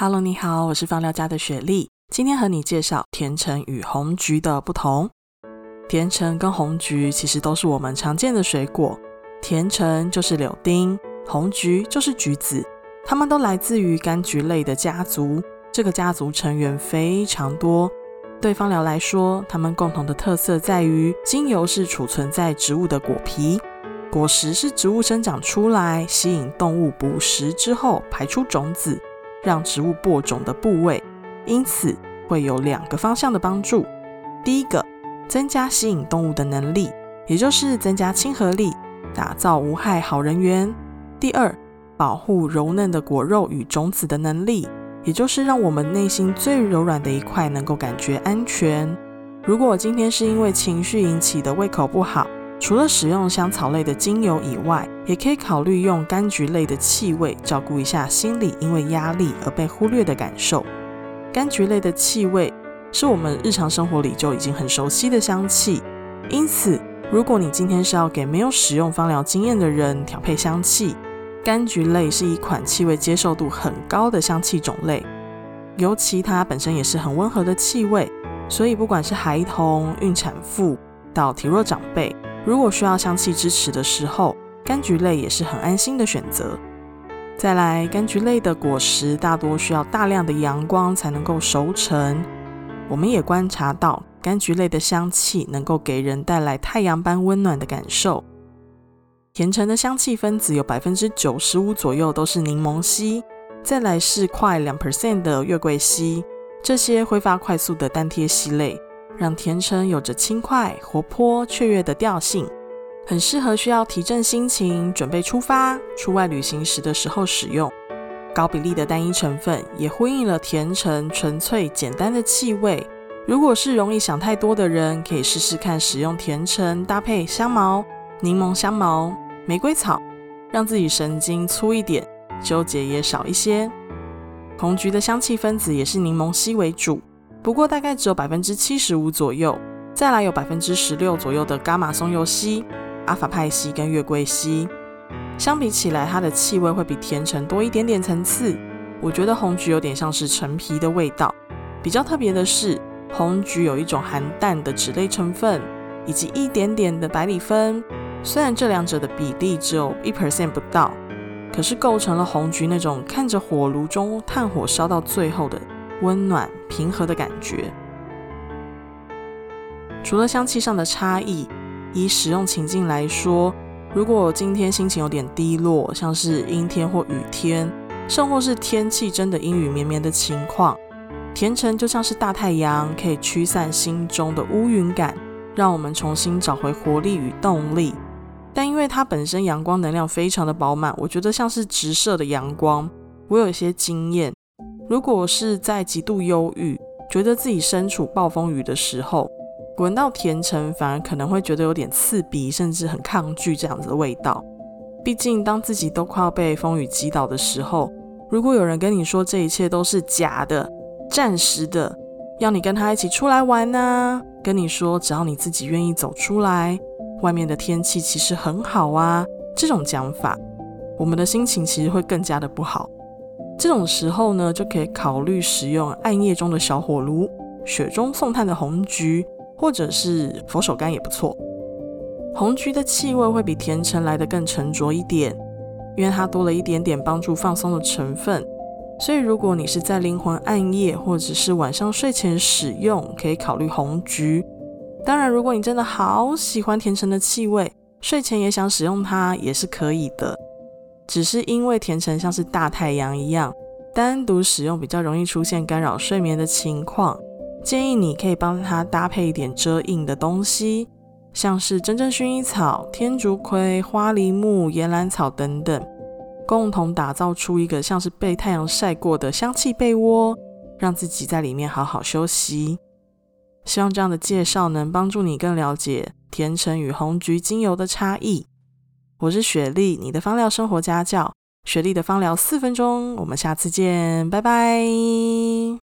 Hello， 你好，我是芳疗家的雪莉，今天和你介绍甜橙与红橘的不同。甜橙跟红橘其实都是我们常见的水果，甜橙就是柳丁，红橘就是橘子，它们都来自于柑橘类的家族，这个家族成员非常多。对芳疗来说，它们共同的特色在于精油是储存在植物的果皮，果实是植物生长出来，吸引动物捕食之后排出种子，让植物播种的部位，因此会有2个方向的帮助。第一个，增加吸引动物的能力，也就是增加亲和力，打造无害好人缘。第二，保护柔嫩的果肉与种子的能力，也就是让我们内心最柔软的一块能够感觉安全。如果今天是因为情绪引起的胃口不好，除了使用香草类的精油以外，也可以考虑用柑橘类的气味照顾一下心里因为压力而被忽略的感受。柑橘类的气味是我们日常生活里就已经很熟悉的香气，因此如果你今天是要给没有使用芳疗经验的人调配香气，柑橘类是一款气味接受度很高的香气种类，尤其它本身也是很温和的气味，所以不管是孩童、孕产妇到体弱长辈，如果需要香气支持的时候，柑橘类也是很安心的选择。再来，柑橘类的果实大多需要大量的阳光才能够熟成，我们也观察到柑橘类的香气能够给人带来太阳般温暖的感受。甜橙的香气分子有 95% 左右都是柠檬烯，再来是快 2% 的月桂烯，这些挥发快速的单萜烯类让甜橙有着轻快、活泼、雀跃的调性，很适合需要提振心情、准备出发、出外旅行时的时候使用。高比例的单一成分也呼应了甜橙纯粹简单的气味。如果是容易想太多的人，可以试试看使用甜橙搭配香茅、柠檬香茅、玫瑰草，让自己神经粗一点，纠结也少一些。红橘的香气分子也是柠檬烯为主，不过大概只有 75% 左右，再来有 16% 左右的伽马松油烯、阿法蒎烯跟月桂烯。相比起来，它的气味会比甜橙多一点点层次，我觉得红橘有点像是陈皮的味道。比较特别的是，红橘有一种含氮的酯类成分，以及一点点的百里酚，虽然这2者的比例只有 1% 不到，可是构成了红橘那种看着火炉中炭火烧到最后的温暖平和的感觉。除了香气上的差异，以使用情境来说，如果今天心情有点低落，像是阴天或雨天，甚或是天气真的阴雨绵绵的情况，甜橙就像是大太阳，可以驱散心中的乌云感，让我们重新找回活力与动力。但因为它本身阳光能量非常的饱满，我觉得像是直射的阳光。我有一些经验，如果是在极度忧郁，觉得自己身处暴风雨的时候，闻到甜橙反而可能会觉得有点刺鼻，甚至很抗拒这样子的味道。毕竟当自己都快要被风雨击倒的时候，如果有人跟你说这一切都是假的、暂时的，要你跟他一起出来玩啊，跟你说只要你自己愿意走出来，外面的天气其实很好啊，这种讲法，我们的心情其实会更加的不好。这种时候呢，就可以考虑使用暗夜中的小火炉、雪中送炭的红橘，或者是佛手柑也不错。红橘的气味会比甜橙来得更沉着一点，因为它多了一点点帮助放松的成分，所以如果你是在灵魂暗夜或者是晚上睡前使用，可以考虑红橘。当然，如果你真的好喜欢甜橙的气味，睡前也想使用它也是可以的。只是因为甜橙像是大太阳一样，单独使用比较容易出现干扰睡眠的情况，建议你可以帮它搭配一点遮阴的东西，像是真正薰衣草、天竺葵、花梨木、岩兰草等等，共同打造出一个像是被太阳晒过的香气被窝，让自己在里面好好休息。希望这样的介绍能帮助你更了解甜橙与红橘精油的差异。我是雪莉，你的芳疗生活家教，雪莉的芳疗4分钟，我们下次见，拜拜。